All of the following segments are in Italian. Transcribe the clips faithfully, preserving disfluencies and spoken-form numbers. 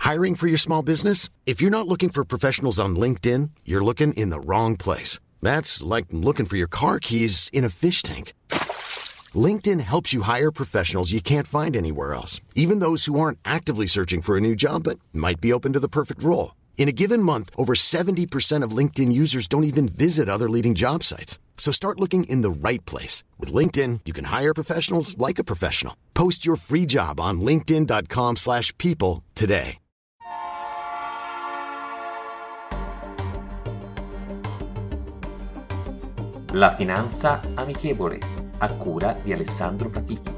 Hiring for your small business? If you're not looking for professionals on LinkedIn, you're looking in the wrong place. That's like looking for your car keys in a fish tank. LinkedIn helps you hire professionals you can't find anywhere else, even those who aren't actively searching for a new job but might be open to the perfect role. In a given month, over seventy percent of LinkedIn users don't even visit other leading job sites. So start looking in the right place. With LinkedIn, you can hire professionals like a professional. Post your free job on linkedin.com slash people today. La finanza amichevole, a cura di Alessandro Fatichi.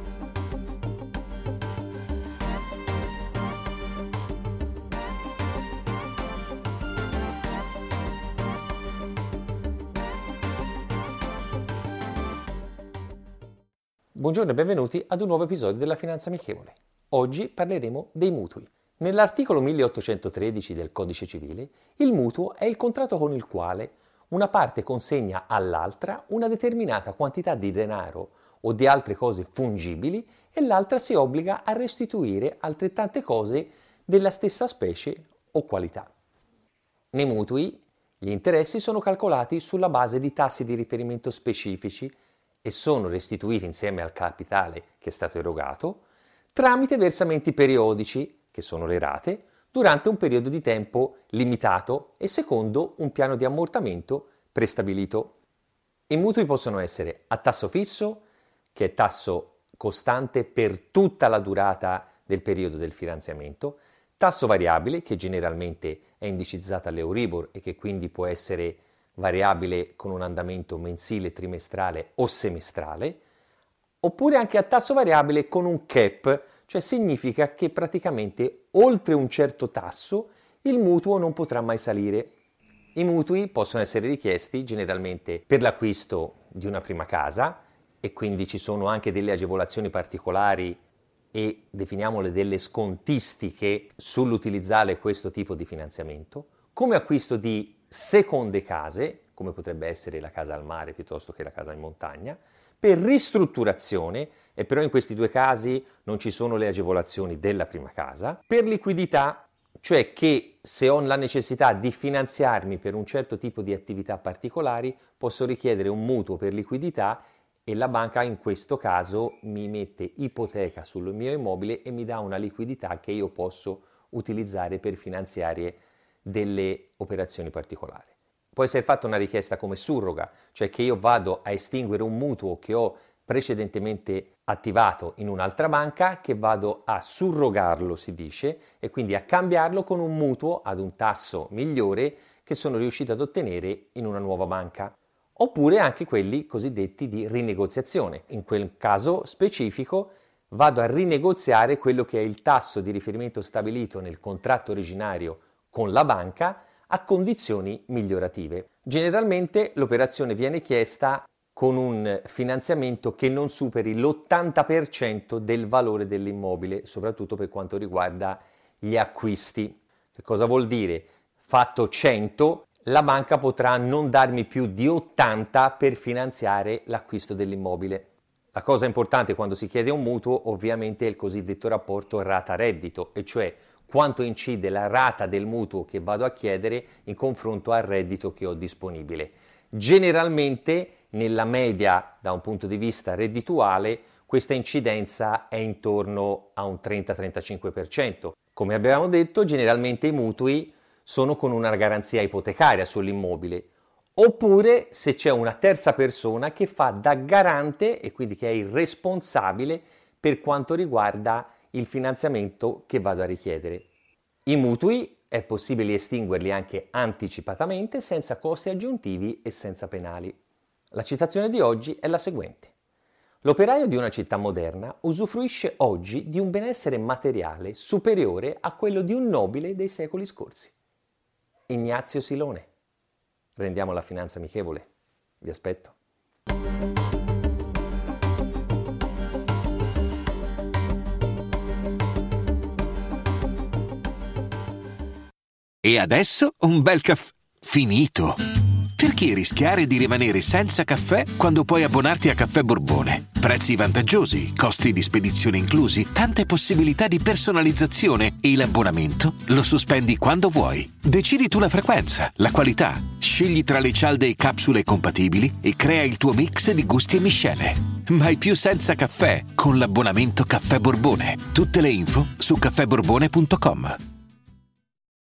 Buongiorno e benvenuti ad un nuovo episodio della Finanza Amichevole. Oggi parleremo dei mutui. Nell'articolo milleottocentotredici del Codice Civile, il mutuo è il contratto con il quale una parte consegna all'altra una determinata quantità di denaro o di altre cose fungibili e l'altra si obbliga a restituire altrettante cose della stessa specie o qualità. Nei mutui gli interessi sono calcolati sulla base di tassi di riferimento specifici e sono restituiti insieme al capitale che è stato erogato tramite versamenti periodici, che sono le rate, durante un periodo di tempo limitato e secondo un piano di ammortamento prestabilito. I mutui possono essere a tasso fisso, che è tasso costante per tutta la durata del periodo del finanziamento, tasso variabile, che generalmente è indicizzata all'Euribor e che quindi può essere variabile con un andamento mensile, trimestrale o semestrale, oppure anche a tasso variabile con un cap, cioè significa che praticamente oltre un certo tasso il mutuo non potrà mai salire. I mutui possono essere richiesti generalmente per l'acquisto di una prima casa e quindi ci sono anche delle agevolazioni particolari e definiamole delle scontistiche sull'utilizzare questo tipo di finanziamento, come acquisto di seconde case, come potrebbe essere la casa al mare piuttosto che la casa in montagna, per ristrutturazione, e però in questi due casi non ci sono le agevolazioni della prima casa, per liquidità, cioè che se ho la necessità di finanziarmi per un certo tipo di attività particolari, posso richiedere un mutuo per liquidità e la banca in questo caso mi mette ipoteca sul mio immobile e mi dà una liquidità che io posso utilizzare per finanziare delle operazioni particolari. Può essere fatta una richiesta come surroga, cioè che io vado a estinguere un mutuo che ho precedentemente attivato in un'altra banca, che vado a surrogarlo, si dice, e quindi a cambiarlo con un mutuo ad un tasso migliore che sono riuscito ad ottenere in una nuova banca. Oppure anche quelli cosiddetti di rinegoziazione. In quel caso specifico vado a rinegoziare quello che è il tasso di riferimento stabilito nel contratto originario con la banca a condizioni migliorative. Generalmente l'operazione viene chiesta con un finanziamento che non superi l'ottanta per cento del valore dell'immobile, soprattutto per quanto riguarda gli acquisti. Che cosa vuol dire? Fatto cento, la banca potrà non darmi più di ottanta per finanziare l'acquisto dell'immobile. La cosa importante quando si chiede un mutuo ovviamente è il cosiddetto rapporto rata-reddito, e cioè quanto incide la rata del mutuo che vado a chiedere in confronto al reddito che ho disponibile. Generalmente, nella media, da un punto di vista reddituale, questa incidenza è intorno a un trenta-trentacinque per cento. Come abbiamo detto, generalmente i mutui sono con una garanzia ipotecaria sull'immobile, oppure se c'è una terza persona che fa da garante e quindi che è il responsabile per quanto riguarda il finanziamento che vado a richiedere. I mutui è possibile estinguerli anche anticipatamente, senza costi aggiuntivi e senza penali. La citazione di oggi è la seguente. L'operaio di una città moderna usufruisce oggi di un benessere materiale superiore a quello di un nobile dei secoli scorsi. Ignazio Silone. Rendiamo la finanza amichevole. Vi aspetto. E adesso un bel caffè finito. Perché rischiare di rimanere senza caffè quando puoi abbonarti a Caffè Borbone? Prezzi vantaggiosi, costi di spedizione inclusi, tante possibilità di personalizzazione e l'abbonamento lo sospendi quando vuoi. Decidi tu la frequenza, la qualità, scegli tra le cialde e capsule compatibili e crea il tuo mix di gusti e miscele. Mai più senza caffè con l'abbonamento Caffè Borbone. Tutte le info su caffè borbone punto com.